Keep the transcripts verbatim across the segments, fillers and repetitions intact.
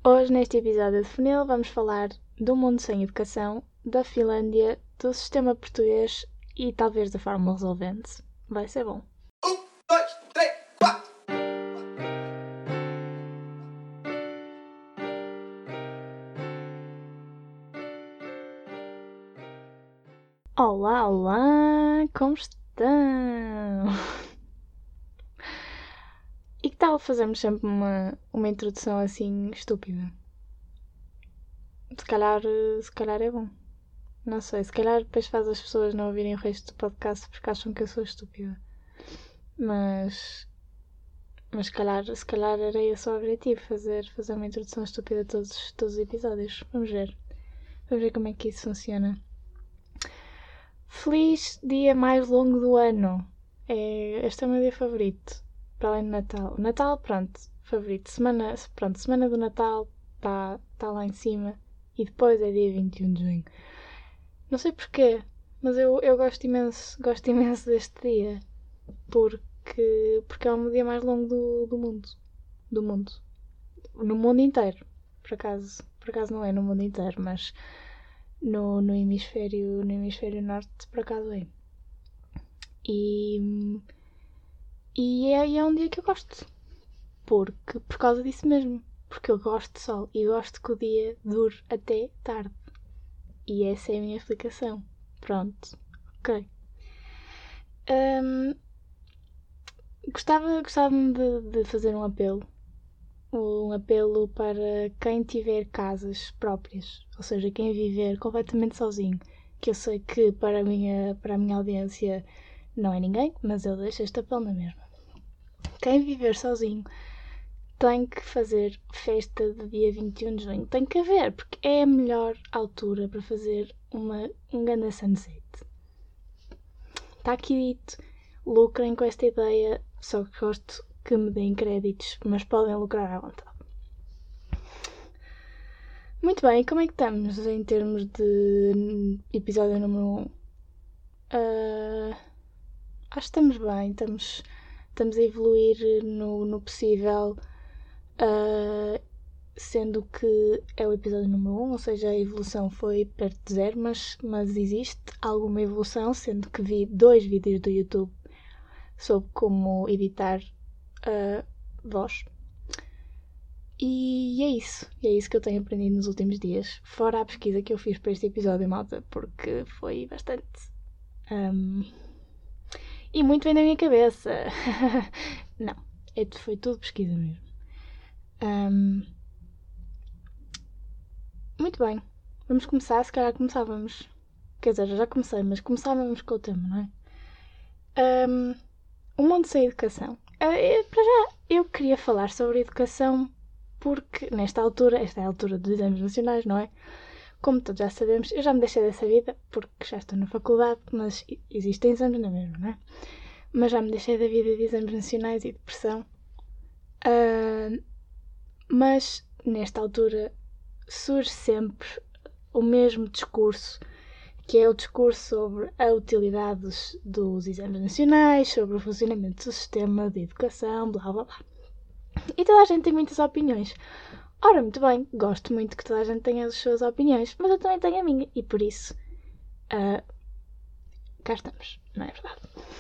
Hoje, neste episódio de Funil, vamos falar do mundo sem educação, da Finlândia, do sistema português e talvez da fórmula resolvente. Vai ser bom. Um, dois, três, quatro. Olá, olá! Como estão? E que tal fazermos sempre uma, uma introdução assim estúpida? Se calhar, se calhar é bom. Não sei, se calhar depois faz as pessoas não ouvirem o resto do podcast porque acham que eu sou estúpida. Mas. Mas se calhar, se calhar era esse o objetivo, fazer, fazer uma introdução estúpida a todos, todos os episódios. Vamos ver. Vamos ver como é que isso funciona. Feliz dia mais longo do ano. É, este é o meu dia favorito. Para além do Natal. Natal, pronto, favorito. Semana, pronto, semana do Natal está tá lá em cima. E depois é dia vinte e um de junho. Não sei porquê, mas eu, eu gosto imenso, gosto imenso deste dia. Porque, porque é o dia mais longo do, do mundo. Do mundo. No mundo inteiro. Por acaso, por acaso não é no mundo inteiro, mas no, no, hemisfério, no hemisfério norte, por acaso é. E, e é, e é um dia que eu gosto. Porque, por causa disso mesmo. Porque eu gosto de sol e gosto que o dia dure até tarde. E essa é a minha explicação. Pronto. Ok. Um, gostava gostava de, de fazer um apelo. Um apelo para quem tiver casas próprias. Ou seja, quem viver completamente sozinho. Que eu sei que para a minha, para a minha audiência não é ninguém, mas eu deixo este apelo na mesma. Quem viver sozinho tem que fazer festa de dia vinte e um de junho. Tem que haver, porque é a melhor altura para fazer uma, um grande sunset. Está aqui dito, lucrem com esta ideia, só que gosto que me deem créditos, mas podem lucrar à vontade. Muito bem, como é que estamos em termos de episódio número um? Uh, acho que estamos bem, estamos, estamos a evoluir no, no possível. Uh, sendo que é o episódio número um, ou seja, a evolução foi perto de zero, mas, mas existe alguma evolução, sendo que vi dois vídeos do YouTube sobre como editar uh, voz. E é isso, e é isso que eu tenho aprendido nos últimos dias, fora a pesquisa que eu fiz para este episódio, malta, porque foi bastante... Um, e muito bem na minha cabeça. Não, foi tudo pesquisa mesmo. Um, muito bem, vamos começar. Se calhar começávamos, quer dizer, já comecei, mas começávamos com o tema, não é? Um, o mundo sem educação. Uh, para já, eu queria falar sobre educação porque nesta altura, esta é a altura dos exames nacionais, não é? Como todos já sabemos, eu já me deixei dessa vida porque já estou na faculdade, mas existem exames na mesma, não é? Mas já me deixei da vida de exames nacionais e de pressão. Uh, mas nesta altura surge sempre o mesmo discurso, que é o discurso sobre a utilidade dos, dos exames nacionais, sobre o funcionamento do sistema de educação, blá blá blá. E toda a gente tem muitas opiniões. Ora, muito bem, gosto muito que toda a gente tenha as suas opiniões, mas eu também tenho a minha, e por isso uh, cá estamos, não é verdade?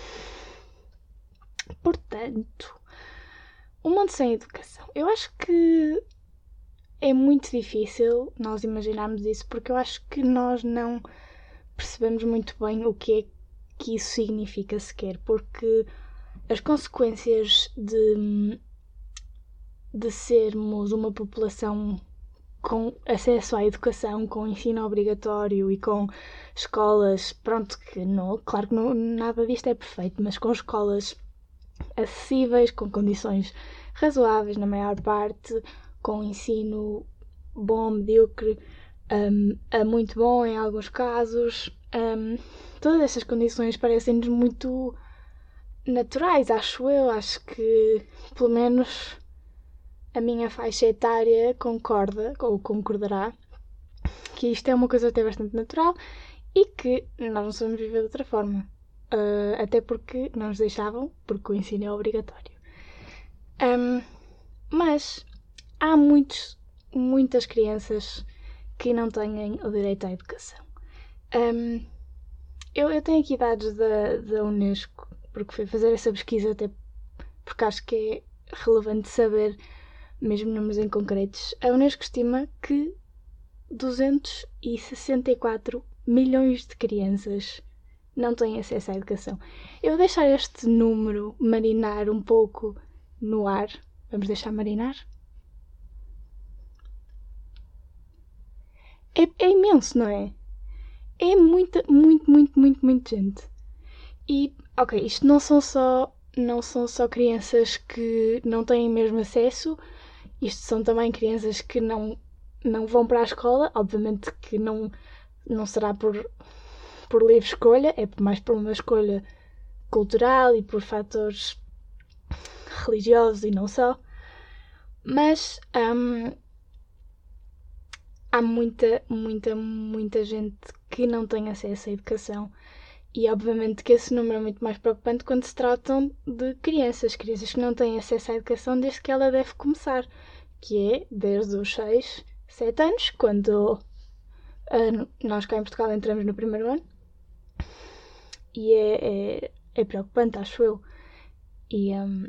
Portanto, o mundo sem educação. Eu acho que é muito difícil nós imaginarmos isso, porque eu acho que nós não percebemos muito bem o que é que isso significa sequer, porque as consequências de, de sermos uma população com acesso à educação, com ensino obrigatório e com escolas, pronto, que não, claro que não, nada disto é perfeito, mas com escolas acessíveis, com condições razoáveis na maior parte, com ensino bom, medíocre, um, a muito bom em alguns casos. Um, todas estas condições parecem-nos muito naturais, acho eu. Acho que, pelo menos, a minha faixa etária concorda, ou concordará, que isto é uma coisa até bastante natural e que nós não sabemos viver de outra forma. Uh, até porque não nos deixavam, porque o ensino é obrigatório. Um, mas há muitos muitas crianças que não têm o direito à educação. Um, eu, eu tenho aqui dados da, da Unesco, porque fui fazer essa pesquisa até porque acho que é relevante saber mesmo números em concretos. A Unesco estima que duzentos e sessenta e quatro milhões de crianças não têm acesso à educação. Eu vou deixar este número marinar um pouco no ar. Vamos deixar marinar? É, é imenso, não é? É muita, muito, muito, muito, muito gente. E, ok, isto não são só, não são só crianças que não têm mesmo acesso, isto são também crianças que não, não vão para a escola, obviamente que não, não será por, por livre escolha, é mais por uma escolha cultural e por fatores religiosos e não só. Mas hum, há muita, muita, muita gente que não tem acesso à educação. E obviamente que esse número é muito mais preocupante quando se tratam de crianças, crianças que não têm acesso à educação desde que ela deve começar, que é desde os seis, sete anos, quando uh, nós cá em Portugal entramos no primeiro ano. E é, é, é preocupante, acho eu. E um,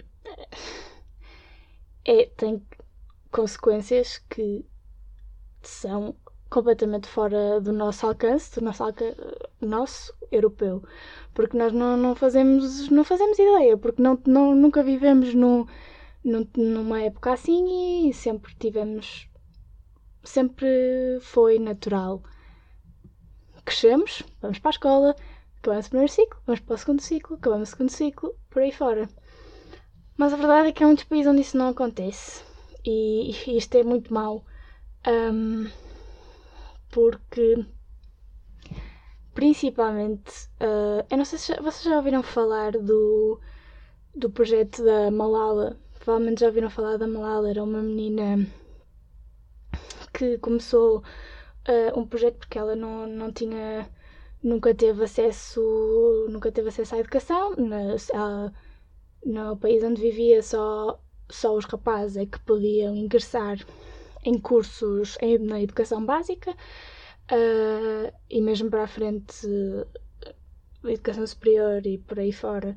é, tem consequências que são completamente fora do nosso alcance, do nosso, alca- nosso europeu, porque nós não, não, fazemos, não fazemos ideia, porque não, não, nunca vivemos no, no, numa época assim e sempre tivemos, sempre foi natural. Crescemos, vamos para a escola, acabamos o primeiro ciclo, vamos para o segundo ciclo, acabamos o segundo ciclo, por aí fora. Mas a verdade é que há muitos países onde isso não acontece e isto é muito mau. Um, porque principalmente uh, eu não sei se já, vocês já ouviram falar do, do projeto da Malala. Provavelmente já ouviram falar da Malala. Era uma menina que começou uh, um projeto porque ela não, não tinha nunca teve acesso nunca teve acesso à educação. Na, a, no país onde vivia só, só os rapazes é que podiam ingressar em cursos em, na educação básica uh, e mesmo para a frente uh, educação superior e por aí fora.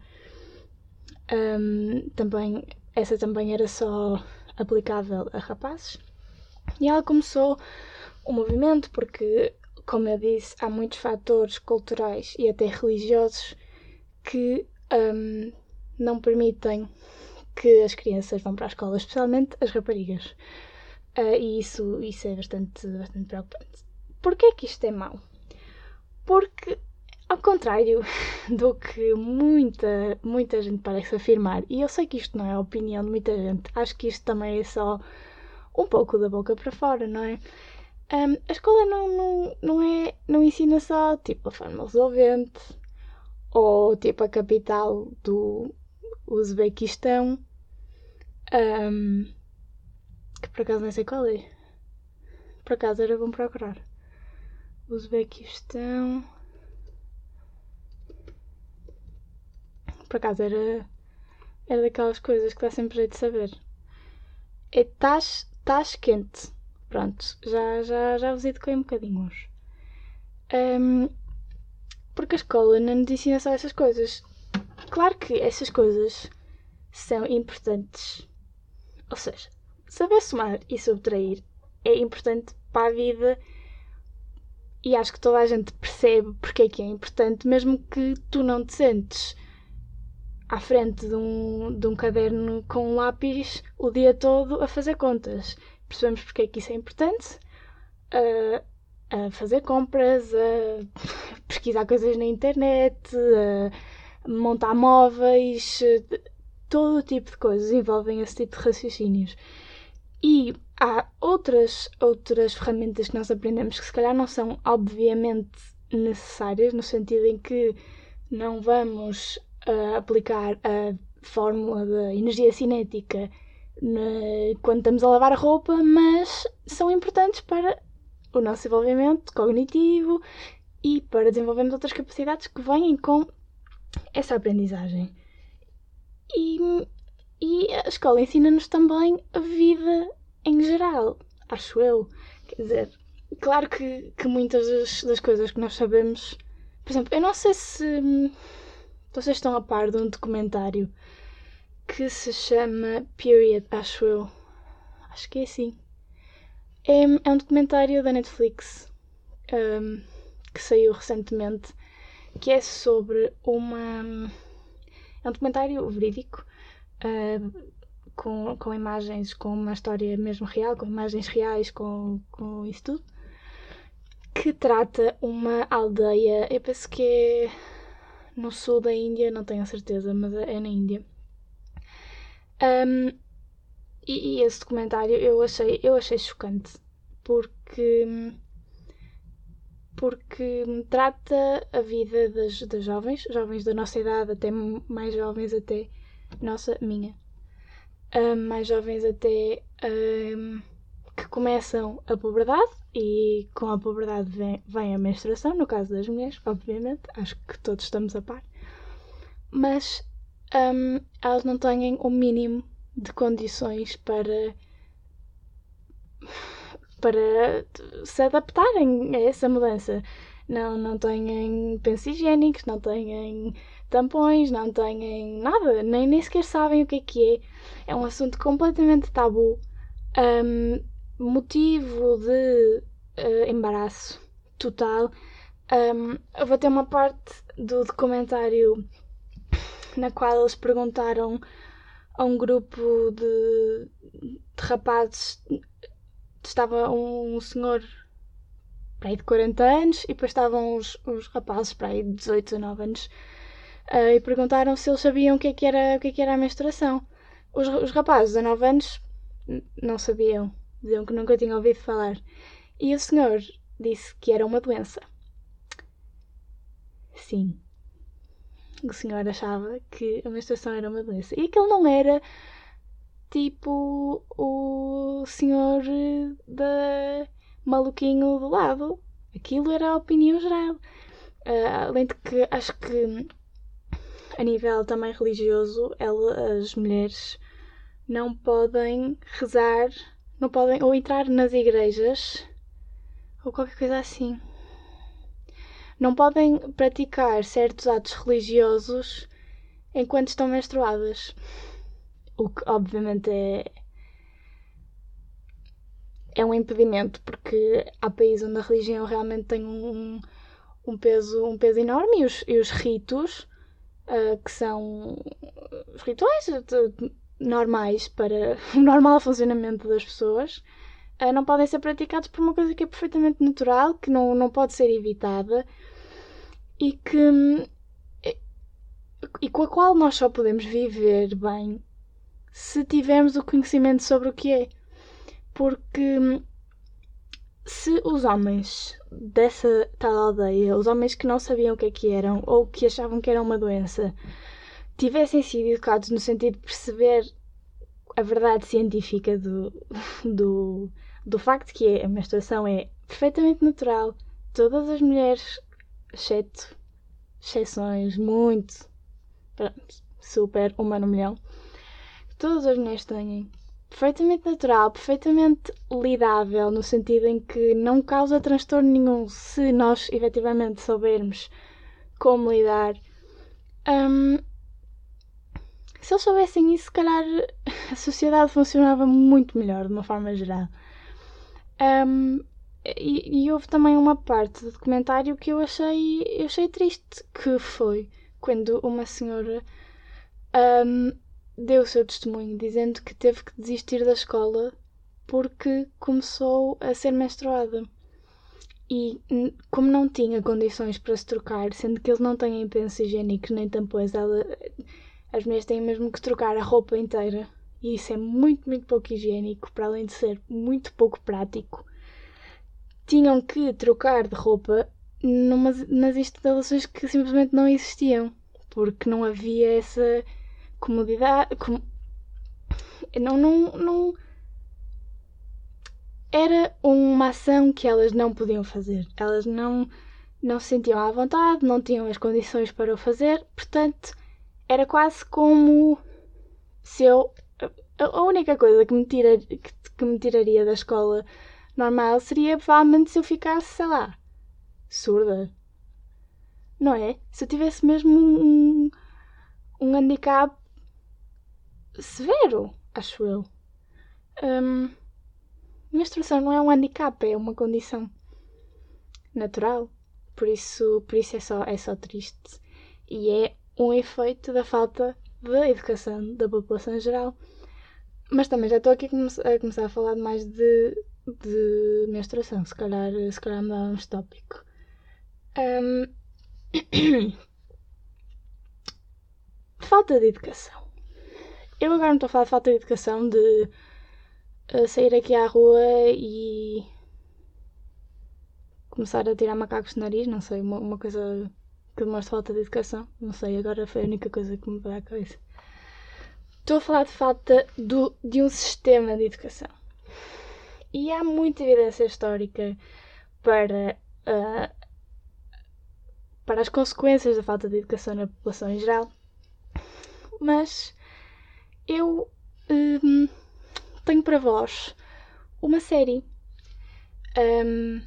Um, também, essa também era só aplicável a rapazes. E ela começou um movimento porque, como eu disse, há muitos fatores culturais e até religiosos que um, não permitem que as crianças vão para a escola, especialmente as raparigas. Uh, e isso, isso é bastante, bastante preocupante. Porquê que isto é mau? Porque, ao contrário do que muita, muita gente parece afirmar, e eu sei que isto não é a opinião de muita gente, acho que isto também é só um pouco da boca para fora, não é? Um, a escola não, não, não, é, não ensina só tipo a forma resolvente ou tipo a capital do Uzbequistão. Um, que por acaso não sei qual é. Por acaso era bom procurar. Uzbequistão. Por acaso era, era daquelas coisas que dá sempre jeito de saber. É Tash, Tashkent. Pronto, já, já, já vos eduquei um bocadinho hoje. Um, porque a escola não nos ensina só essas coisas. Claro que essas coisas são importantes. Ou seja, saber somar e subtrair é importante para a vida e acho que toda a gente percebe porque é que é importante, mesmo que tu não te sentes à frente de um, de um caderno com um lápis o dia todo a fazer contas. Percebemos porque é que isso é importante, a, a fazer compras, a pesquisar coisas na internet, a montar móveis, todo tipo de coisas envolvem esse tipo de raciocínios. E há outras, outras ferramentas que nós aprendemos que se calhar não são obviamente necessárias, no sentido em que não vamos uh, aplicar a fórmula da energia cinética na, quando estamos a lavar a roupa, mas são importantes para o nosso desenvolvimento cognitivo e para desenvolvermos outras capacidades que vêm com essa aprendizagem. E, e a escola ensina-nos também a vida em geral. acho eu. Quer dizer, claro que, que muitas das, das coisas que nós sabemos... Por exemplo, eu não sei se hum, vocês estão a par de um documentário que se chama Period, acho eu. Acho que é assim. É, é um documentário da Netflix um, que saiu recentemente, que é sobre uma... É um documentário verídico, uh, com, com imagens, com uma história mesmo real, com imagens reais, com, com isso tudo, que trata uma aldeia, eu penso que é no sul da Índia, não tenho a certeza, mas é na Índia. Um, e, e esse documentário eu achei, eu achei chocante, porque... porque trata a vida das, das jovens, jovens da nossa idade, até mais jovens até, nossa, minha, uh, mais jovens até uh, que começam a puberdade, e com a puberdade vem, vem a menstruação, no caso das mulheres, obviamente, acho que todos estamos a par, mas um, elas não têm o mínimo de condições para para se adaptarem a essa mudança. Não, não têm pensos higiênicos, não têm tampões, não têm nada, nem, nem sequer sabem o que é que é. É um assunto completamente tabu, um, motivo de uh, embaraço total. Um, eu vou ter uma parte do documentário na qual eles perguntaram a um grupo de, de rapazes. Estava um senhor para aí de quarenta anos e depois estavam os, os rapazes para aí de dezoito, dezanove anos uh, e perguntaram se eles sabiam o que é que era, o que é que era a menstruação. Os, os rapazes de dezanove anos não sabiam, diziam que nunca tinham ouvido falar. E o senhor disse que era uma doença. Sim. O senhor achava que a menstruação era uma doença. E aquilo não era... tipo o senhor da maluquinho do lado. Aquilo era a opinião geral. Uh, além de que acho que a nível também religioso, ela, as mulheres não podem rezar, não podem ou entrar nas igrejas ou qualquer coisa assim. Não podem praticar certos atos religiosos enquanto estão menstruadas. O que obviamente é, é um impedimento, porque há países onde a religião realmente tem um, um, peso, um peso enorme, e os, e os ritos, uh, que são os rituais de, normais para o normal funcionamento das pessoas, uh, não podem ser praticados por uma coisa que é perfeitamente natural, que não, não pode ser evitada e que e com a qual nós só podemos viver bem se tivermos o conhecimento sobre o que é. Porque se os homens dessa tal aldeia, os homens que não sabiam o que é que eram ou que achavam que era uma doença, tivessem sido educados no sentido de perceber a verdade científica do, do, do facto que a menstruação é perfeitamente natural, todas as mulheres, exceto exceções muito, super, uma no milhão, todas as mulheres têm, perfeitamente natural, perfeitamente lidável, no sentido em que não causa transtorno nenhum se nós efetivamente soubermos como lidar. Um, se eles soubessem isso, se calhar a sociedade funcionava muito melhor, de uma forma geral. Um, e, e houve também uma parte do documentário que eu achei, eu achei triste, que foi quando uma senhora um, deu o seu testemunho, dizendo que teve que desistir da escola porque começou a ser menstruada. E como não tinha condições para se trocar, sendo que eles não têm pensos higiênicos nem tampões, ela, as mulheres têm mesmo que trocar a roupa inteira. E isso é muito, muito pouco higiênico, para além de ser muito pouco prático. Tinham que trocar de roupa numas, nas instalações que simplesmente não existiam, porque não havia essa comodidade. Com... Não, não, não. Era uma ação que elas não podiam fazer. Elas não, não se sentiam à vontade, não tinham as condições para o fazer, portanto, era quase como se eu... A única coisa que me tira, que, que me tiraria da escola normal seria provavelmente se eu ficasse, sei lá, surda. Não é? Se eu tivesse mesmo um, um handicap severo, acho eu. Um, menstruação não é um handicap, é uma condição natural. Por isso, por isso é, só, é só triste. E é um efeito da falta de educação da população em geral. Mas também já estou aqui a, come- a começar a falar mais de, de menstruação. Se calhar, se calhar mudávamos de tópico. Um, falta de educação. Eu agora não estou a falar de falta de educação de uh, sair aqui à rua e começar a tirar macacos do nariz, não sei, uma, uma coisa que demonstra falta de educação. Não sei, agora foi a única coisa que me veio à cabeça. Estou a falar de falta do, de um sistema de educação. E há muita evidência histórica para, uh, para as consequências da falta de educação na população em geral. Mas eu um, tenho para vós uma série um,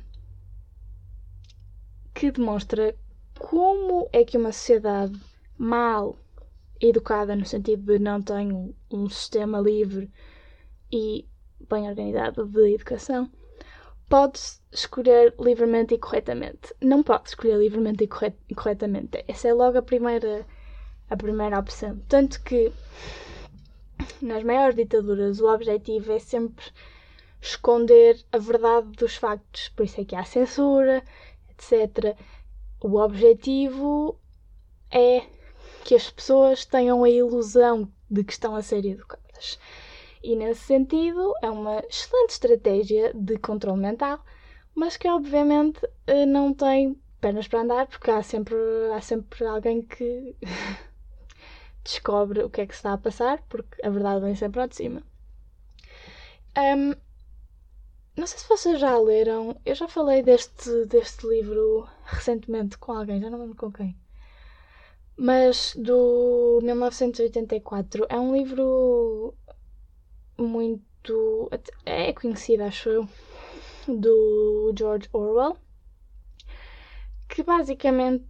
que demonstra como é que uma sociedade mal educada, no sentido de não tem um, um sistema livre e bem organizado de educação, pode escolher livremente e corretamente. Não pode escolher livremente e, corret- e corretamente. Essa é logo a primeira, a primeira opção. Tanto que nas maiores ditaduras o objetivo é sempre esconder a verdade dos factos. Por isso é que há censura, etcétera. O objetivo é que as pessoas tenham a ilusão de que estão a ser educadas. E nesse sentido é uma excelente estratégia de controle mental, mas que obviamente não tem pernas para andar, porque há sempre, há sempre alguém que descobre o que é que se está a passar, porque a verdade vem sempre ao de cima. Um, não sei se vocês já leram, eu já falei deste, deste livro recentemente com alguém, já não lembro com quem. Mas do mil novecentos e oitenta e quatro é um livro muito. É conhecido, acho eu, do George Orwell, que basicamente.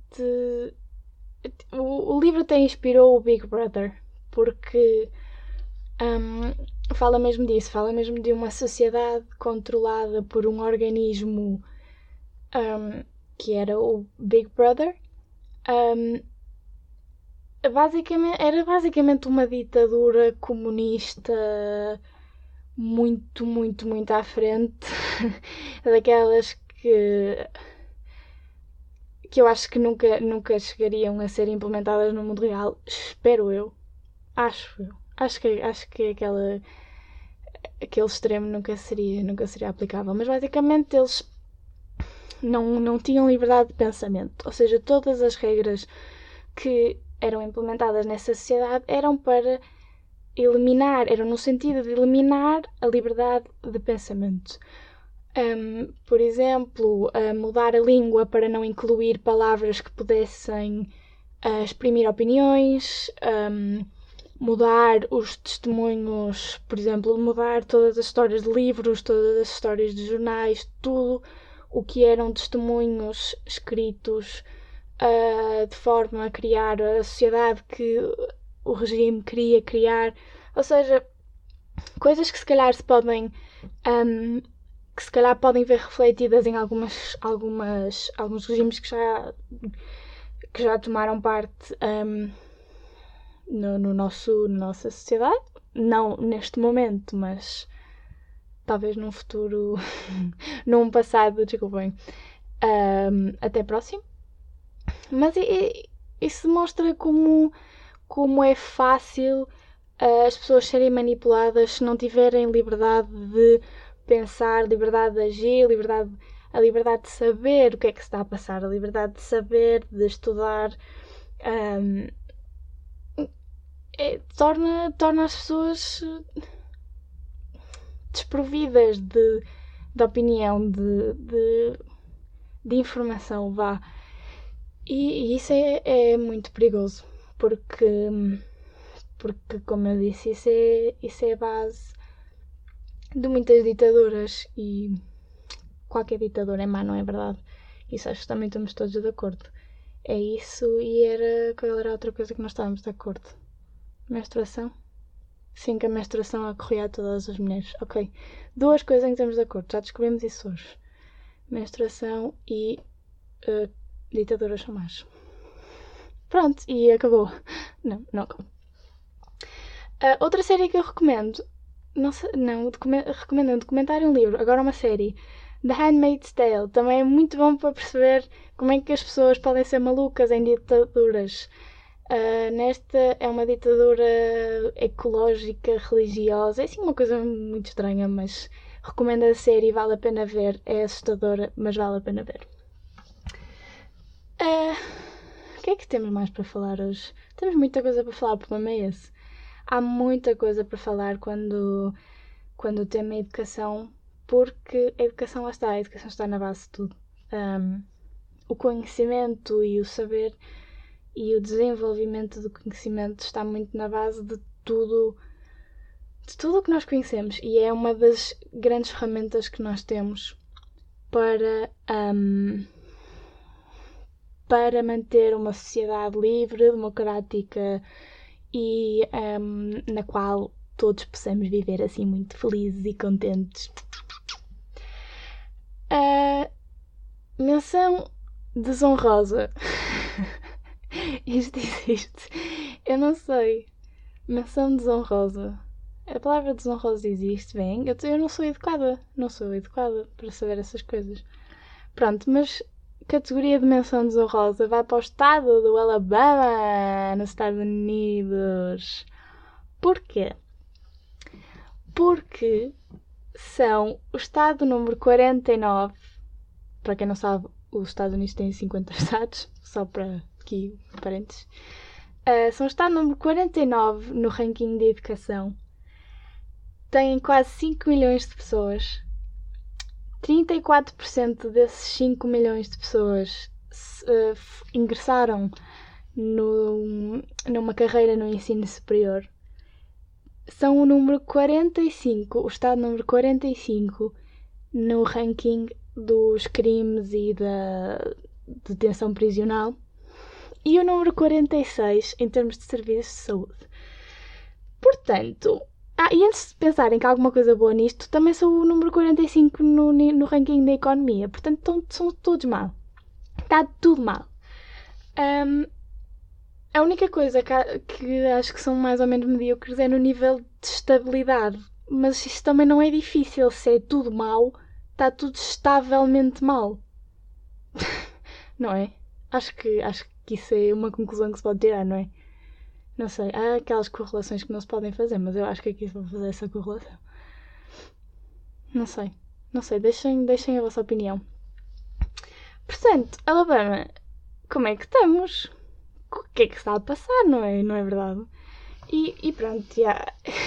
O, o livro até inspirou o Big Brother, porque um, fala mesmo disso, fala mesmo de uma sociedade controlada por um organismo um, que era o Big Brother. Um, Basicamente, era basicamente uma ditadura comunista muito, muito, muito à frente. Daquelas que que eu acho que nunca, nunca chegariam a ser implementadas no mundo real. Espero eu. Acho eu. Acho que, acho que aquela, aquele extremo nunca seria, nunca seria aplicável. Mas basicamente eles não, não tinham liberdade de pensamento. Ou seja, todas as regras que eram implementadas nessa sociedade eram para eliminar, eram no sentido de eliminar a liberdade de pensamento. Um, por exemplo, uh, mudar a língua para não incluir palavras que pudessem uh, exprimir opiniões, um, mudar os testemunhos, por exemplo, mudar todas as histórias de livros, todas as histórias de jornais, tudo o que eram testemunhos escritos Uh, de forma a criar a sociedade que o regime queria criar, ou seja, coisas que se calhar se podem um, que se calhar podem ver refletidas em algumas, algumas alguns regimes que já que já tomaram parte um, no, no nosso, na nossa sociedade, não neste momento, mas talvez num futuro num passado, desculpem, um, até próximo. Mas isso demonstra como, como é fácil uh, as pessoas serem manipuladas se não tiverem liberdade de pensar, liberdade de agir, liberdade, a liberdade de saber o que é que se está a passar, a liberdade de saber, de estudar. Um, é, torna, torna as pessoas desprovidas de, de opinião, de, de, de informação, vá. E, e isso é, é muito perigoso, porque, porque como eu disse, isso é, isso é a base de muitas ditaduras, e qualquer ditadura é má, não é verdade? Isso acho que também estamos todos de acordo. É isso, e era, qual era a outra coisa que nós estávamos de acordo? Menstruação? Sim, que a menstruação ocorria a todas as mulheres. Ok. Duas coisas em que estamos de acordo, já descobrimos isso hoje. Menstruação e uh, ditaduras são más. Pronto, e acabou. Não, não acabou. Uh, outra série que eu recomendo, não, sei, não document, recomendo um documentário e um livro, agora uma série, The Handmaid's Tale. Também é muito bom para perceber como é que as pessoas podem ser malucas em ditaduras. Uh, nesta é uma ditadura ecológica, religiosa, é assim uma coisa muito estranha, mas recomendo a série, vale a pena ver, é assustadora, mas vale a pena ver. Uh, o que é que temos mais para falar hoje? Temos muita coisa para falar, o problema é esse. Há muita coisa para falar quando, quando o tema é educação, porque a educação lá está, a educação está na base de tudo. Um, o conhecimento e o saber e o desenvolvimento do conhecimento está muito na base de tudo, de tudo o que nós conhecemos, e é uma das grandes ferramentas que nós temos para, um, para manter uma sociedade livre, democrática e um, na qual todos possamos viver assim muito felizes e contentes. Uh, menção desonrosa. Isto existe. Eu não sei. Menção desonrosa. A palavra desonrosa existe, bem. Eu, eu não sou educada. Não sou educada para saber essas coisas. Pronto, mas categoria de menção desonrosa vai para o estado do Alabama, nos Estados Unidos. Porquê? Porque são o estado número quarenta e nove. Para quem não sabe, os Estados Unidos têm cinquenta estados, só para aqui, parênteses. Uh, são o estado número quarenta e nove no ranking de educação. Têm quase cinco milhões de pessoas. trinta e quatro por cento desses cinco milhões de pessoas uh, ingressaram no, numa carreira no ensino superior. São o número quarenta e cinco, o estado número quarenta e cinco no ranking dos crimes e da detenção prisional, e o número quarenta e seis em termos de serviços de saúde. Portanto, ah, e antes de pensarem que há alguma coisa boa nisto, também sou o número quarenta e cinco no, no ranking da economia. Portanto, estão, são todos mal. Está tudo mal. Um, a única coisa que, que acho que são mais ou menos medíocres é no nível de estabilidade. Mas isso também não é difícil. Se é tudo mal, está tudo estavelmente mal. Não é? Acho que, acho que isso é uma conclusão que se pode tirar, não é? Não sei, há aquelas correlações que não se podem fazer, mas eu acho que aqui se pode fazer essa correlação. Não sei, não sei, deixem, deixem a vossa opinião. Portanto, Alabama, como é que estamos? O que é que está a passar, não é? Não é verdade? E, e pronto, já.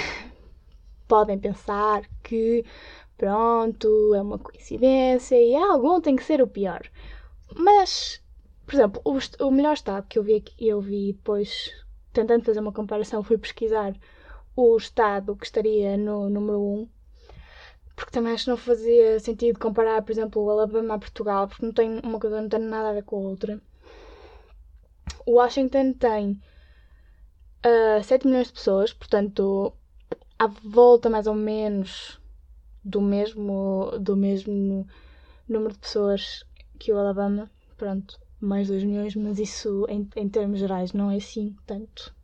Podem pensar que, pronto, é uma coincidência e algum tem que ser o pior. Mas, por exemplo, o, o melhor estado que eu vi, eu vi depois, tentando fazer uma comparação, fui pesquisar o estado que estaria no número um, porque também acho que não fazia sentido comparar, por exemplo, o Alabama a Portugal, porque não tem, uma coisa não tem nada a ver com a outra. O Washington tem uh, sete milhões de pessoas, portanto, à volta mais ou menos do mesmo, do mesmo número de pessoas que o Alabama. Pronto, mais dois milhões, mas isso em, em termos gerais não é assim tanto.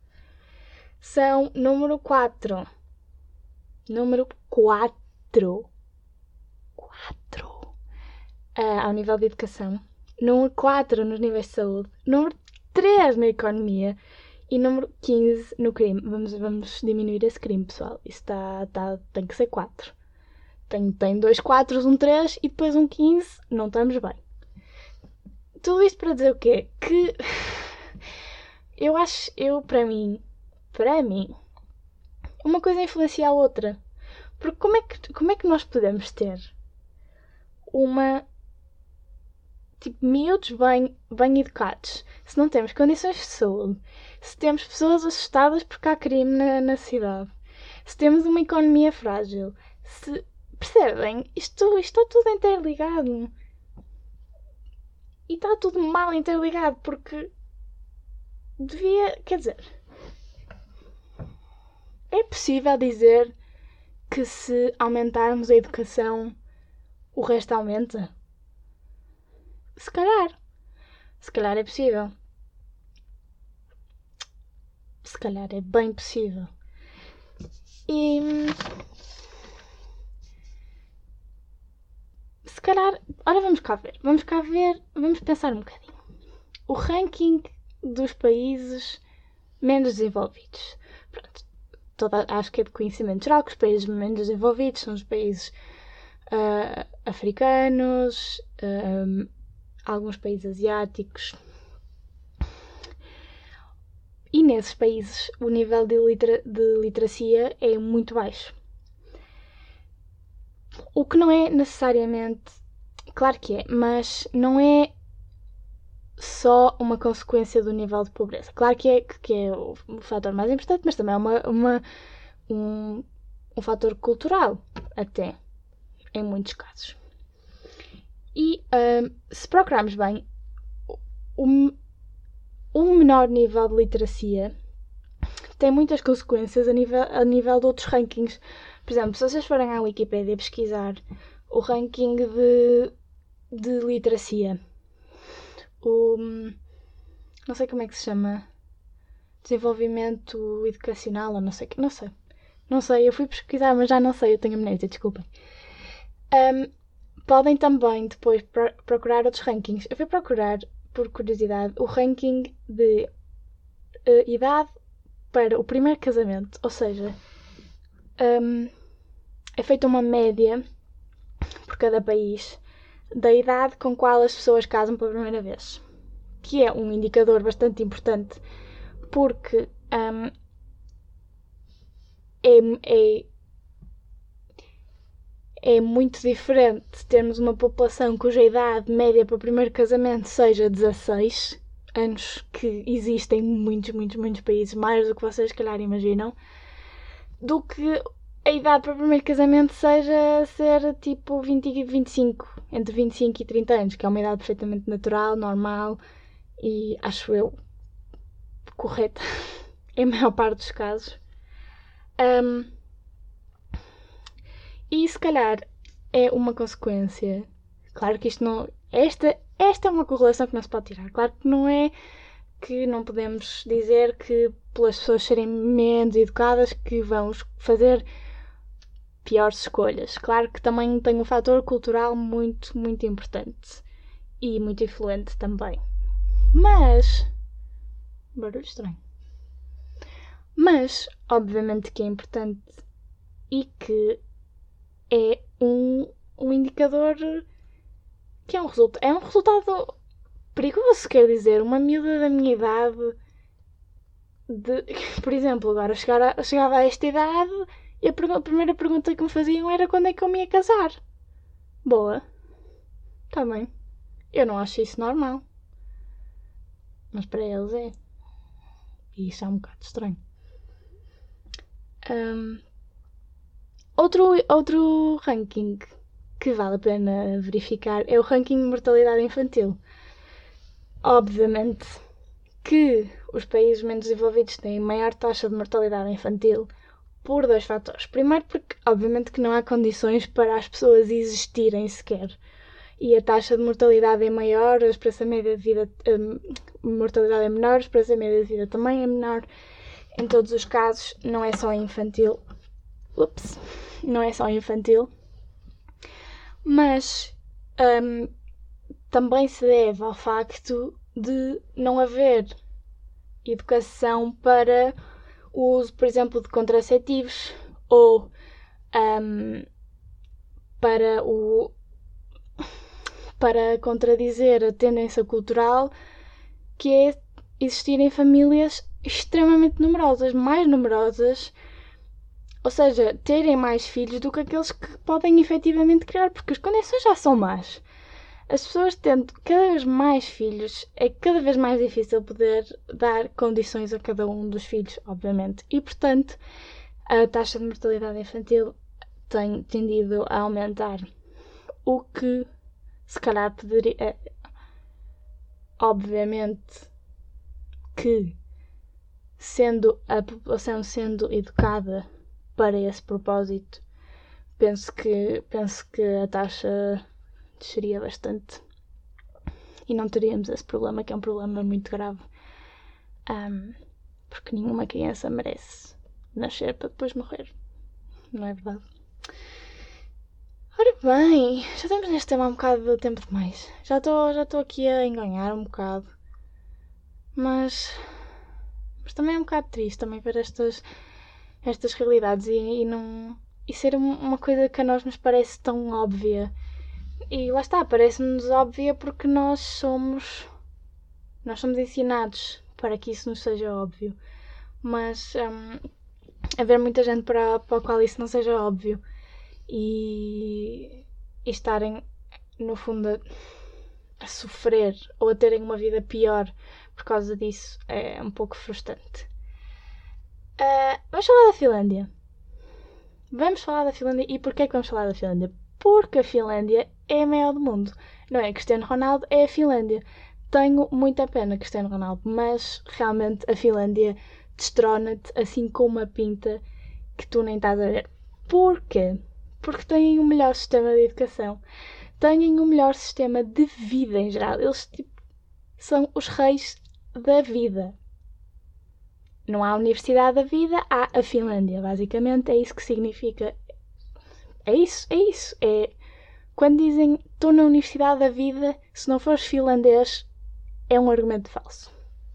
São número quatro. Número quatro. quatro. Uh, ao nível de educação. Número quatro nos níveis de saúde. Número três na economia. E número quinze no crime. Vamos, vamos diminuir esse crime, pessoal. Isso tá, tá, tem que ser quatro. Tem, tem dois quatro, um três e depois um quinze. Não estamos bem. Tudo isto para dizer o quê? Que eu acho, eu para mim, para mim, uma coisa influencia a outra. Porque como é que, como é que nós podemos ter uma, tipo, miúdos bem, bem educados, se não temos condições de saúde, se temos pessoas assustadas porque há crime na, na cidade, se temos uma economia frágil, se Percebem? Isto, isto está tudo interligado. E está tudo mal interligado porque devia. Quer dizer, é possível dizer que se aumentarmos a educação, o resto aumenta? Se calhar. Se calhar é possível. Se calhar é bem possível. E. Se calhar. Ora, vamos cá ver. Vamos cá ver. Vamos pensar um bocadinho. O ranking dos países menos desenvolvidos. Pronto. Toda, acho que é de conhecimento geral que os países menos desenvolvidos são os países uh, africanos, um, alguns países asiáticos. E nesses países o nível de, litera- de literacia é muito baixo. O que não é necessariamente... Claro que é, mas não é só uma consequência do nível de pobreza. Claro que é, que é o, o fator mais importante, mas também é uma, uma, um, um fator cultural, até, em muitos casos. E um, se procurarmos bem, um, um menor nível de literacia tem muitas consequências a nível, a nível de outros rankings. Por exemplo, se vocês forem à Wikipedia pesquisar o ranking de, de literacia, o, não sei como é que se chama, desenvolvimento educacional, ou não sei, não sei, não sei, eu fui pesquisar, mas já não sei, eu tenho amnésia, desculpem. Um, podem também depois pro- procurar outros rankings. Eu fui procurar, por curiosidade, o ranking de uh, idade para o primeiro casamento, ou seja, um, é feita uma média por cada país da idade com qual as pessoas casam pela primeira vez, que é um indicador bastante importante porque um, é, é, é muito diferente termos uma população cuja idade média para o primeiro casamento seja dezasseis anos, que existem em muitos, muitos, muitos países, mais do que vocês se calhar imaginam, do que a idade para o primeiro casamento seja ser tipo vinte e vinte e cinco, entre vinte e cinco e trinta anos, que é uma idade perfeitamente natural, normal e, acho eu, correta em maior parte dos casos. Um, e se calhar é uma consequência. Claro que isto não... Esta, esta é uma correlação que não se pode tirar. Claro que não é que não podemos dizer que pelas pessoas serem menos educadas que vamos fazer piores escolhas. Claro que também tem um fator cultural muito, muito importante e muito influente também. Mas... barulho estranho. Mas, obviamente que é importante e que é um, um indicador que é um, resulta- é um resultado perigoso, quer dizer, uma miúda da minha idade, de, por exemplo, agora chegar a, chegava a esta idade e a, pergu- a primeira pergunta que me faziam era quando é que eu me ia casar. Boa. Tá bem. Eu não acho isso normal. Mas para eles é. E isso é um bocado estranho. Um, outro, outro ranking que vale a pena verificar é o ranking de mortalidade infantil. Obviamente que os países menos desenvolvidos têm maior taxa de mortalidade infantil por dois fatores. Primeiro porque, obviamente, que não há condições para as pessoas existirem sequer. E a taxa de mortalidade é maior, a esperança média de vida... A mortalidade é menor, a esperança média de vida também é menor. Em todos os casos, não é só infantil. Ups, não é só infantil. Mas um, também se deve ao facto de não haver educação para o uso, por exemplo, de contraceptivos ou um, para o para contradizer a tendência cultural que é existirem famílias extremamente numerosas, mais numerosas, ou seja, terem mais filhos do que aqueles que podem efetivamente criar, porque as condições já são más. As pessoas tendo cada vez mais filhos, é cada vez mais difícil poder dar condições a cada um dos filhos, obviamente. E, portanto, a taxa de mortalidade infantil tem tendido a aumentar, o que se calhar poderia... Obviamente que, sendo a população sendo educada para esse propósito, penso que, penso que a taxa desceria bastante e não teríamos esse problema, que é um problema muito grave, um, porque nenhuma criança merece nascer para depois morrer, não é verdade? Ora bem, já estamos neste tema há um bocado de tempo demais. Já estou já estou aqui a enganhar um bocado. Mas, mas também é um bocado triste também ver estas, estas realidades e, e, não, e ser uma coisa que a nós nos parece tão óbvia. E lá está, parece-nos óbvia porque nós somos, nós somos ensinados para que isso nos seja óbvio. Mas hum, haver muita gente para, para a qual isso não seja óbvio. E, e estarem, no fundo, a, a sofrer ou a terem uma vida pior por causa disso é um pouco frustrante. Uh, vamos falar da Finlândia. Vamos falar da Finlândia. E porquê que vamos falar da Finlândia? Porque a Finlândia é a maior do mundo. Não é Cristiano Ronaldo, é a Finlândia. Tenho muita pena Cristiano Ronaldo, mas realmente a Finlândia destrona-te assim com uma pinta que tu nem estás a ver. Porquê? Porque têm o melhor sistema de educação. Têm o melhor sistema de vida em geral. Eles tipo, são os reis da vida. Não há a Universidade da Vida, há a Finlândia. Basicamente é isso que significa. É isso, é isso. É quando dizem estou na Universidade da Vida, se não fores finlandês, é um argumento falso.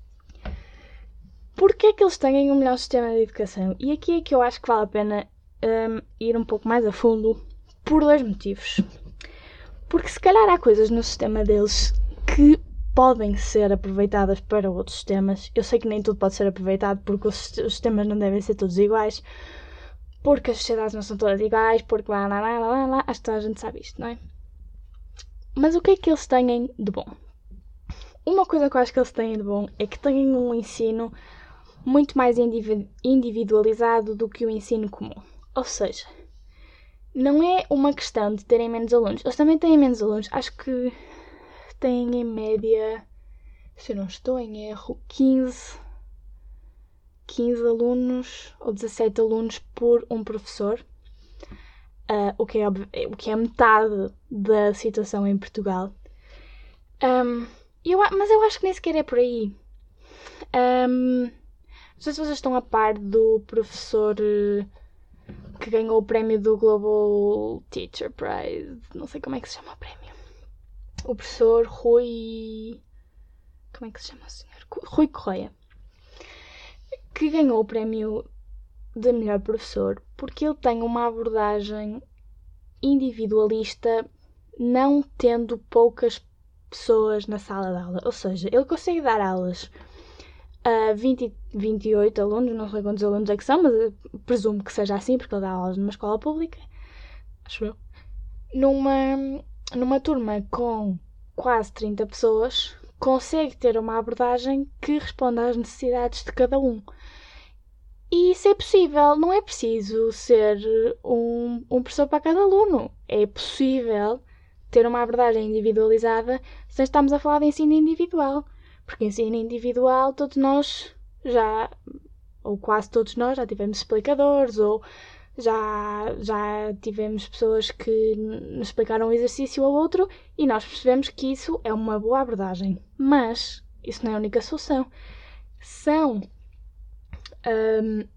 Porquê é que eles têm o melhor sistema de educação? E aqui é que eu acho que vale a pena Um, ir um pouco mais a fundo por dois motivos. Porque se calhar há coisas no sistema deles que podem ser aproveitadas para outros sistemas. Eu sei que nem tudo pode ser aproveitado porque os sistemas não devem ser todos iguais, porque as sociedades não são todas iguais, porque lá, lá, lá, lá, lá, acho que toda a gente sabe isto, não é? Mas o que é que eles têm de bom? Uma coisa que eu acho que eles têm de bom é que têm um ensino muito mais individualizado do que o ensino comum. Ou seja, não é uma questão de terem menos alunos. Eles também têm menos alunos. Acho que têm em média, se eu não estou em erro, quinze, quinze alunos ou dezassete alunos por um professor. Uh, o, que é, o que é metade da situação em Portugal. Um, eu, mas eu acho que nem sequer é por aí. Um, não sei se vocês estão a par do professor que ganhou o prémio do Global Teacher Prize. Não sei como é que se chama o prémio. O professor Rui... Como é que se chama o senhor? Rui Correia. Que ganhou o prémio de melhor professor porque ele tem uma abordagem individualista, não tendo poucas pessoas na sala de aula. Ou seja, ele consegue dar aulas a vinte, vinte e oito alunos, não sei quantos alunos é que são, mas presumo que seja assim, porque ele dá aulas numa escola pública, acho eu, numa, numa turma com quase trinta pessoas, consegue ter uma abordagem que responda às necessidades de cada um. E isso é possível, não é preciso ser um, um professor para cada aluno. É possível ter uma abordagem individualizada sem estarmos a falar de ensino individual. Porque ensino individual, todos nós já, ou quase todos nós, já tivemos explicadores, ou já, já tivemos pessoas que nos explicaram um exercício ou outro e nós percebemos que isso é uma boa abordagem. Mas isso não é a única solução. São um,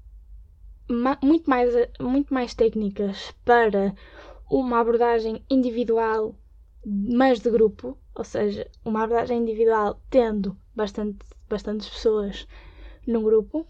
ma- muito, mais, muito mais técnicas para uma abordagem individual, mas de grupo. Ou seja, uma abordagem individual tendo bastante, bastantes pessoas num grupo.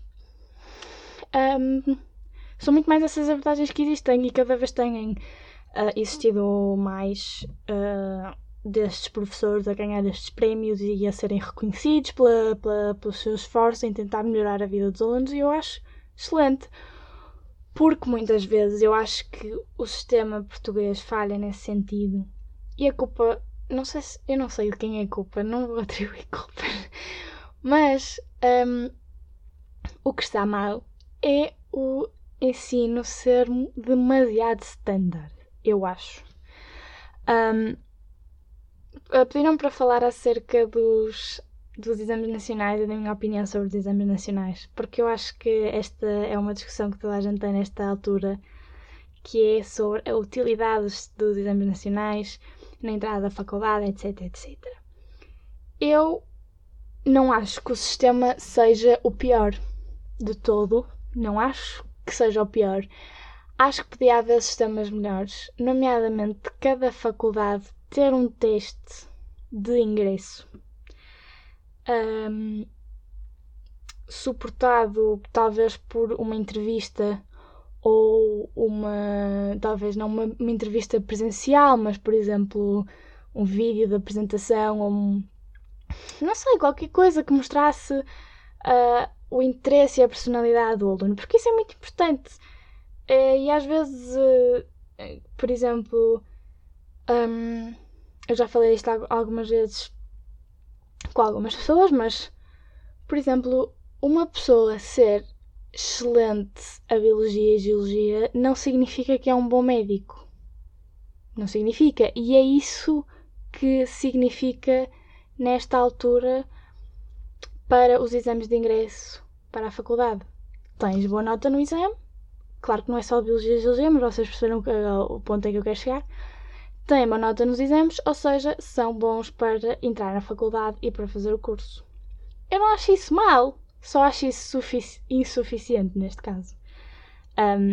Um, são muito mais essas abordagens que existem e cada vez têm uh, existido mais uh, destes professores a ganhar estes prémios e a serem reconhecidos pela, pela, pelos seus esforços em tentar melhorar a vida dos alunos, e eu acho excelente. Porque muitas vezes eu acho que o sistema português falha nesse sentido. E a culpa... Não sei se, eu não sei de quem é a culpa, não vou atribuir culpa, mas um, o que está mal é o ensino ser demasiado standard, eu acho. Um, pediram para falar acerca dos, dos exames nacionais e da minha opinião sobre os exames nacionais, porque eu acho que esta é uma discussão que toda a gente tem nesta altura, que é sobre a utilidade dos exames nacionais na entrada da faculdade, etc, etcétera. Eu não acho que o sistema seja o pior de todo, não acho que seja o pior. Acho que podia haver sistemas melhores, nomeadamente cada faculdade ter um teste de ingresso um, suportado talvez por uma entrevista ou uma, talvez não uma, uma entrevista presencial, mas por exemplo um vídeo de apresentação ou um, não sei, qualquer coisa que mostrasse uh, o interesse e a personalidade do aluno, porque isso é muito importante. Uh, e às vezes, uh, por exemplo, um, eu já falei isto algumas vezes com algumas pessoas, mas, por exemplo, uma pessoa ser excelente a biologia e geologia não significa que é um bom médico. Não significa. E é isso que significa nesta altura para os exames de ingresso para a faculdade. Tens boa nota no exame, claro que não é só de biologia e geologia, mas vocês perceberam o ponto em que eu quero chegar. Têm boa nota nos exames, ou seja, são bons para entrar na faculdade e para fazer o curso. Eu não acho isso mal, só acho isso sufici- insuficiente neste caso. Um,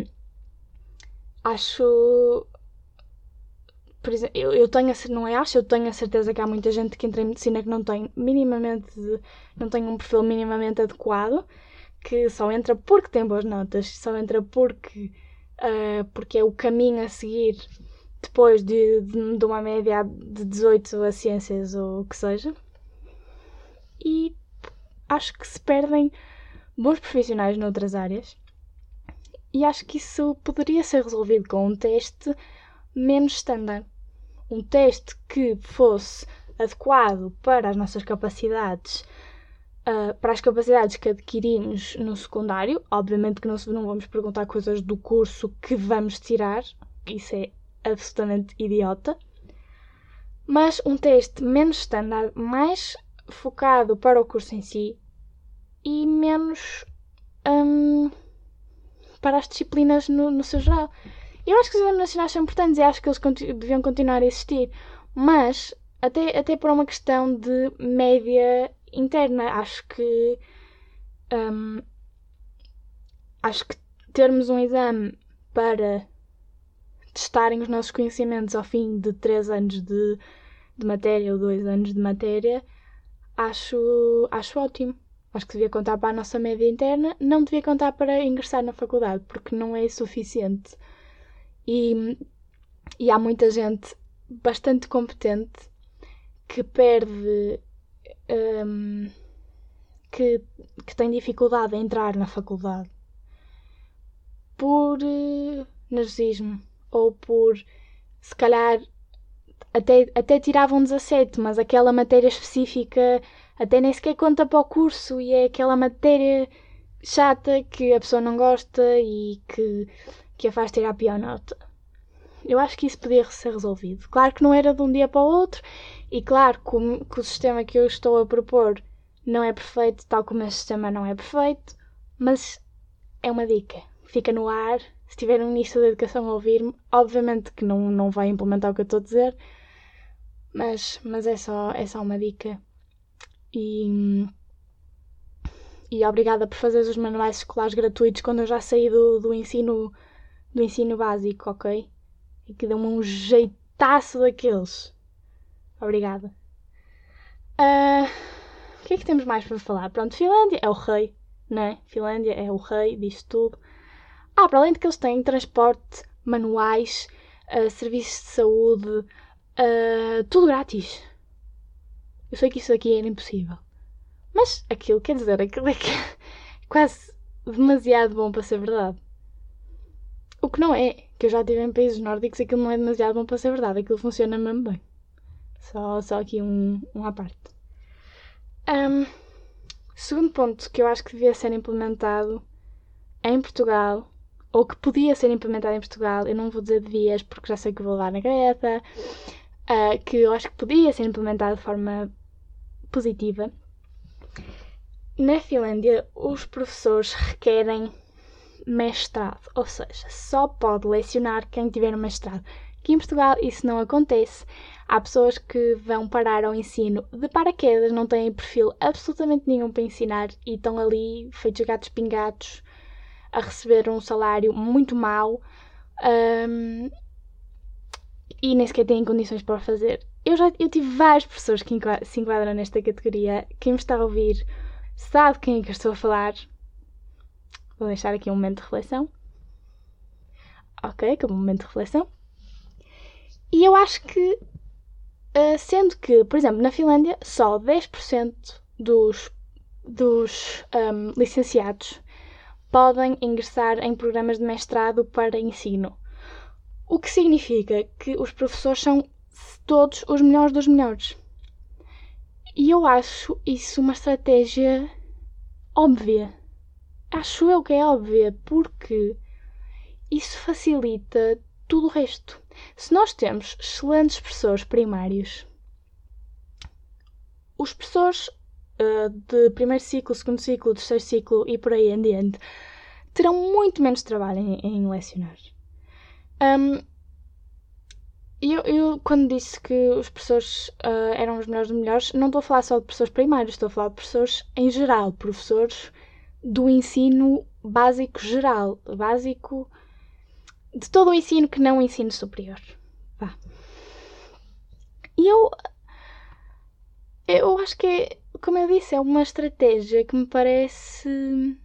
acho... Por exemplo, eu, eu tenho a, não é acho, eu tenho a certeza que há muita gente que entra em medicina que não tem minimamente, não tem um perfil minimamente adequado, que só entra porque tem boas notas, só entra porque, uh, porque é o caminho a seguir depois de, de, de uma média de dezoito a ciências ou o que seja. E acho que se perdem bons profissionais noutras áreas. E acho que isso poderia ser resolvido com um teste menos standard. Um teste que fosse adequado para as nossas capacidades, uh, para as capacidades que adquirimos no secundário. Obviamente que não, não vamos perguntar coisas do curso que vamos tirar. Isso é absolutamente idiota. Mas um teste menos standard, mais focado para o curso em si e menos um, para as disciplinas no, no seu geral. Eu acho que os exames nacionais são importantes e acho que eles continu- deviam continuar a existir, mas até, até por uma questão de média interna, acho que um, acho que termos um exame para testarem os nossos conhecimentos ao fim de três anos de, de matéria ou dois anos de matéria, acho, acho ótimo. Acho que devia contar para a nossa média interna, não devia contar para ingressar na faculdade, porque não é suficiente. E, e há muita gente bastante competente que perde, um, que, que tem dificuldade em entrar na faculdade por uh, nervosismo ou por, se calhar, até, até tiravam dezassete, mas aquela matéria específica até nem sequer conta para o curso e é aquela matéria chata que a pessoa não gosta e que, que a faz tirar a pior nota. Eu acho que isso podia ser resolvido. Claro que não era de um dia para o outro e claro que o, que o sistema que eu estou a propor não é perfeito, tal como este sistema não é perfeito, mas é uma dica. Fica no ar. Se tiver um ministro da Educação a ouvir-me, obviamente que não, não vai implementar o que eu estou a dizer, mas, mas é, só, é só uma dica. E, e obrigada por fazer os manuais escolares gratuitos quando eu já saí do, do, ensino, do ensino básico, ok? E que deu-me um jeitaço daqueles. Obrigada. Uh, o que é que temos mais para falar? Pronto, Finlândia é o rei, não é? Finlândia é o rei disto tudo. Ah, para além de que eles têm transporte, manuais, uh, serviços de saúde, uh, tudo grátis. Eu sei que isso aqui era impossível. Mas aquilo, quer dizer, aquilo é que é quase demasiado bom para ser verdade. O que não é, que eu já estive em países nórdicos, aquilo não é demasiado bom para ser verdade. Aquilo funciona mesmo bem. Só, só aqui um, um à parte. Um, segundo ponto que eu acho que devia ser implementado em Portugal ou que podia ser implementado em Portugal, eu não vou dizer devias porque já sei que vou levar na galeta, uh, que eu acho que podia ser implementado de forma positiva. Na Finlândia, os professores requerem mestrado, ou seja, só pode lecionar quem tiver um mestrado. Aqui em Portugal isso não acontece. Há pessoas que vão parar ao ensino de paraquedas, não têm perfil absolutamente nenhum para ensinar e estão ali feitos gatos pingados a receber um salário muito mau um, e nem sequer têm condições para o fazer. Eu já eu tive vários professores que se enquadram nesta categoria. Quem me está a ouvir sabe quem é que eu estou a falar. Vou deixar aqui um momento de reflexão. Ok, acabou um momento de reflexão. E eu acho que, sendo que, por exemplo, na Finlândia, só dez por cento dos, dos um, licenciados podem ingressar em programas de mestrado para ensino. O que significa que os professores são todos os melhores dos melhores. E eu acho isso uma estratégia óbvia. Acho eu que é óbvia, porque isso facilita tudo o resto. Se nós temos excelentes professores primários, os professores uh, de primeiro ciclo, segundo ciclo, terceiro ciclo e por aí em diante terão muito menos trabalho em, em lecionar. Um, eu, eu, quando disse que os professores uh, eram os melhores dos melhores, não estou a falar só de professores primários, estou a falar de professores em geral, professores do ensino básico geral, básico de todo o ensino que não o ensino superior. Vá. E eu, eu acho que, é, como eu disse, é uma estratégia que me parece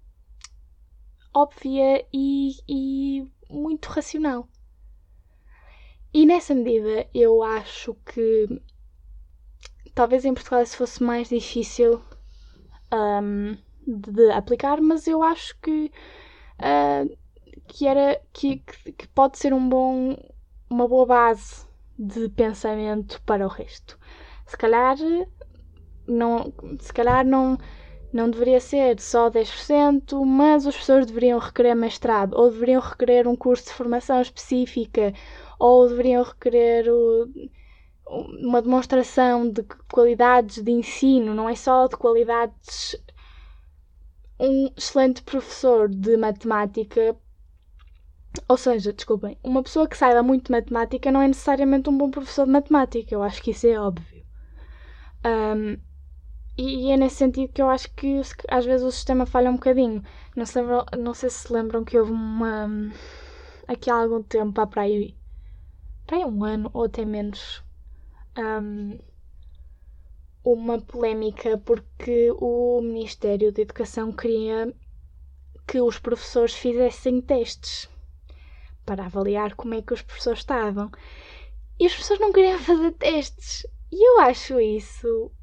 óbvia e, e muito racional. E nessa medida eu acho que talvez em Portugal isso fosse mais difícil um, de, de aplicar, mas eu acho que, uh, que, era, que, que pode ser um bom, uma boa base de pensamento para o resto. Se calhar não, se calhar não, não deveria ser só dez por cento, mas os professores deveriam requerer mestrado, ou deveriam requerer um curso de formação específica, ou deveriam requerer o, uma demonstração de qualidades de ensino, não é só de qualidades. Um excelente professor de matemática, ou seja, desculpem, uma pessoa que saiba muito de matemática não é necessariamente um bom professor de matemática, eu acho que isso é óbvio. Um, e, e é nesse sentido que eu acho que às vezes o sistema falha um bocadinho. Não, se lembram, não sei se se lembram que houve uma... aqui há algum tempo, há para aí, para aí um ano ou até menos, um, uma polémica porque o Ministério da Educação queria que os professores fizessem testes para avaliar como é que os professores estavam. E os professores não queriam fazer testes. E eu acho isso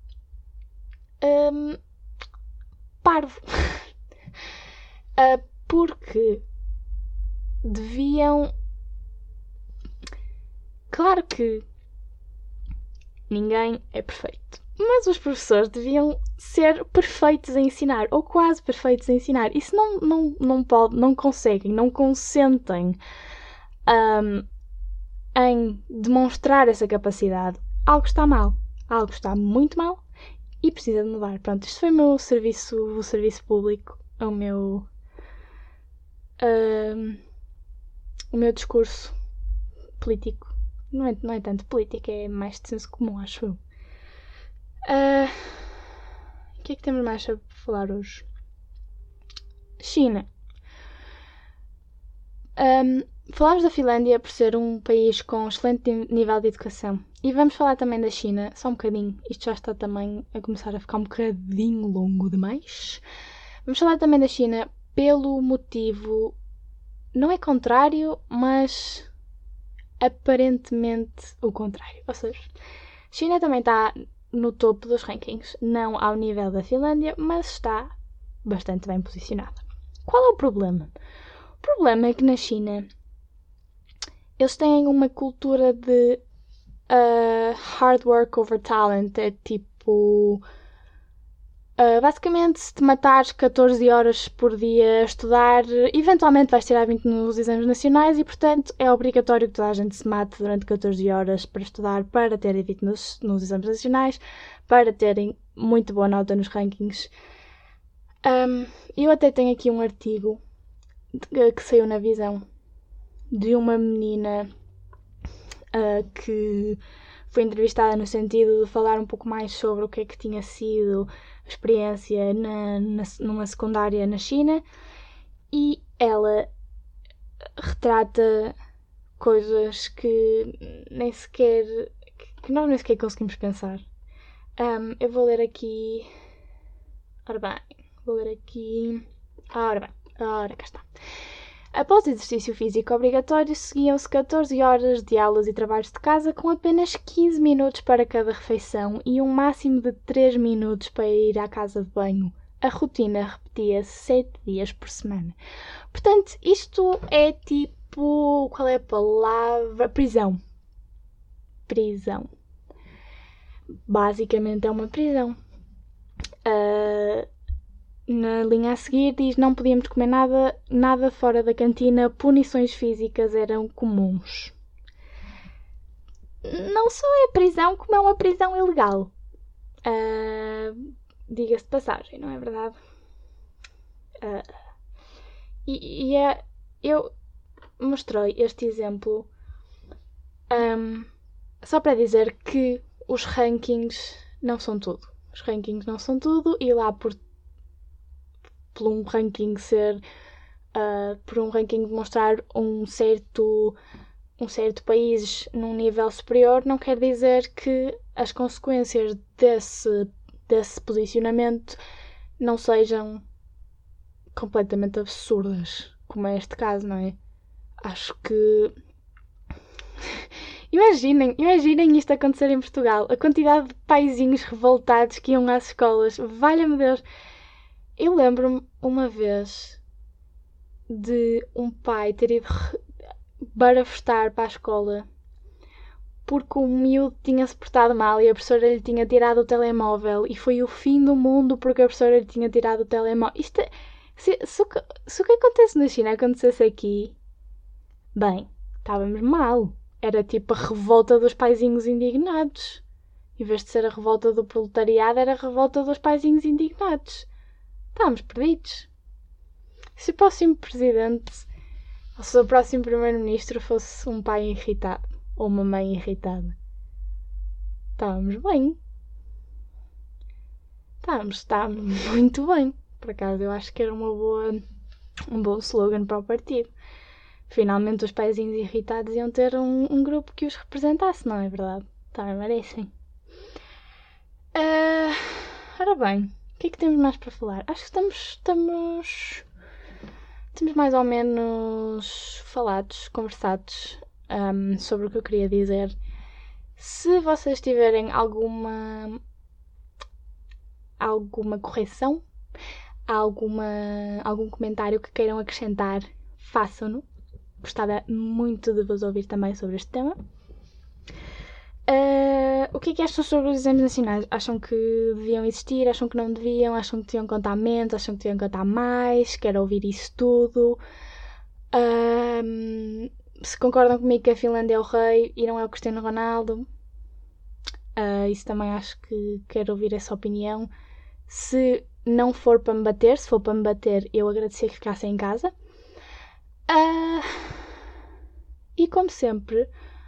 um, parvo. uh, porque deviam... Claro que ninguém é perfeito, mas os professores deviam ser perfeitos a ensinar, ou quase perfeitos a ensinar. E se não, não, não, pode, não conseguem, não consentem um, em demonstrar essa capacidade, algo está mal. Algo está muito mal e precisa de mudar. Pronto, isto foi o meu serviço, o serviço público, o meu, um, o meu discurso político. Não é, não é tanto política, é mais de senso comum, acho eu. Uh, o que é que temos mais a falar hoje? China. Um, falámos da Finlândia por ser um país com excelente nível de educação. E vamos falar também da China, só um bocadinho. Isto já está também a começar a ficar um bocadinho longo demais. Vamos falar também da China pelo motivo... Não é contrário, mas... aparentemente o contrário. Ou seja, a China também está no topo dos rankings, não ao nível da Finlândia, mas está bastante bem posicionada. Qual é o problema? O problema é que na China eles têm uma cultura de uh, hard work over talent. É tipo... Uh, basicamente, se te matares catorze horas por dia a estudar, eventualmente vais tirar vinte nos exames nacionais e, portanto, é obrigatório que toda a gente se mate durante catorze horas para estudar, para terem vinte nos, nos exames nacionais, para terem muito boa nota nos rankings. Um, eu até tenho aqui um artigo de, que saiu na Visão de uma menina uh, que foi entrevistada no sentido de falar um pouco mais sobre o que é que tinha sido a experiência na, na, numa secundária na China, e ela retrata coisas que nem sequer que nós nem sequer conseguimos pensar. Um, eu vou ler aqui. Ora bem, vou ler aqui. Ora bem, ora cá está. Após o exercício físico obrigatório, seguiam-se catorze horas de aulas e trabalhos de casa, com apenas quinze minutos para cada refeição e um máximo de três minutos para ir à casa de banho. A rotina repetia-se sete dias por semana. Portanto, isto é tipo... Qual é a palavra? Prisão. Prisão. Basicamente é uma prisão. Uh... Na linha a seguir diz: não podíamos comer nada, nada fora da cantina, punições físicas eram comuns. Não só é prisão, como é uma prisão ilegal. Uh, Diga-se de passagem, não é verdade? Uh, e e é, eu mostrei este exemplo um, só para dizer que os rankings não são tudo. Os rankings não são tudo, e lá por por um ranking ser uh, por um ranking demonstrar um certo um certo país num nível superior, não quer dizer que as consequências desse, desse posicionamento não sejam completamente absurdas, como é este caso, não é? Acho que imaginem, imaginem isto acontecer em Portugal, a quantidade de paizinhos revoltados que iam às escolas, valha-me Deus. Eu lembro-me uma vez de um pai ter ido barafustar para a escola porque o miúdo tinha-se portado mal e a professora lhe tinha tirado o telemóvel, e foi o fim do mundo porque a professora lhe tinha tirado o telemóvel. Isto é, se, se, o que, se o que acontece na China acontecesse aqui, bem, estávamos mal. Era tipo a revolta dos paizinhos indignados. Em vez de ser a revolta do proletariado, era a revolta dos paizinhos indignados. Estávamos perdidos. Se o próximo presidente, ou se o próximo primeiro-ministro fosse um pai irritado, ou uma mãe irritada, estávamos bem. Estávamos, estávamos muito bem. Por acaso, eu acho que era uma boa, um bom slogan para o partido. Finalmente os paizinhos irritados iam ter um, um grupo que os representasse, não é verdade? Também merecem. Uh, ora bem, o que é que temos mais para falar? Acho que estamos, estamos, estamos mais ou menos falados, conversados um, sobre o que eu queria dizer. Se vocês tiverem alguma, alguma correção, alguma, algum comentário que queiram acrescentar, façam-no. Gostava muito de vos ouvir também sobre este tema. Uh, o que é que acham sobre os exames nacionais? Acham que deviam existir? Acham que não deviam? Acham que deviam contar menos? Acham que deviam contar mais? Quero ouvir isso tudo. Uh, se concordam comigo que a Finlândia é o rei e não é o Cristiano Ronaldo, uh, isso também acho que quero ouvir essa opinião. Se não for para me bater, se for para me bater, eu agradecer que ficassem em casa. Uh, e como sempre,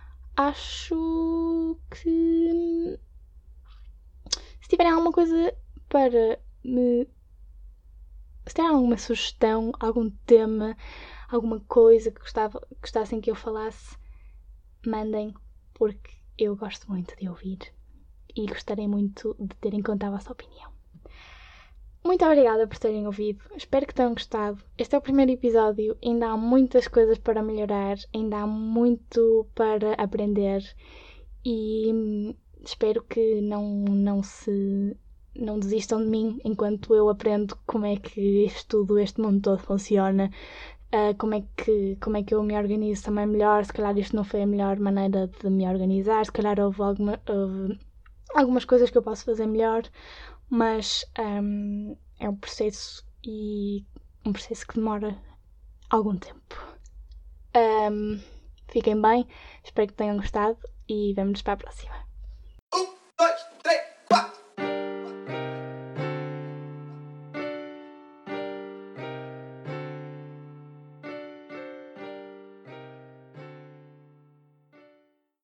acho que se tiverem alguma coisa para me... Se tiverem alguma sugestão, algum tema, alguma coisa que gostava, gostassem que eu falasse, mandem, porque eu gosto muito de ouvir e gostaria muito de ter em conta a vossa opinião. Muito obrigada por terem ouvido, espero que tenham gostado. Este é o primeiro episódio, ainda há muitas coisas para melhorar, ainda há muito para aprender e espero que não, não se não desistam de mim enquanto eu aprendo como é que estudo este mundo todo funciona, uh, como, é que, como é que eu me organizo também melhor. Se calhar isto não foi a melhor maneira de me organizar, se calhar houve, alguma, houve algumas coisas que eu posso fazer melhor. mas um, é um processo e um processo que demora algum tempo. Um, fiquem bem, espero que tenham gostado e vemo-nos para a próxima.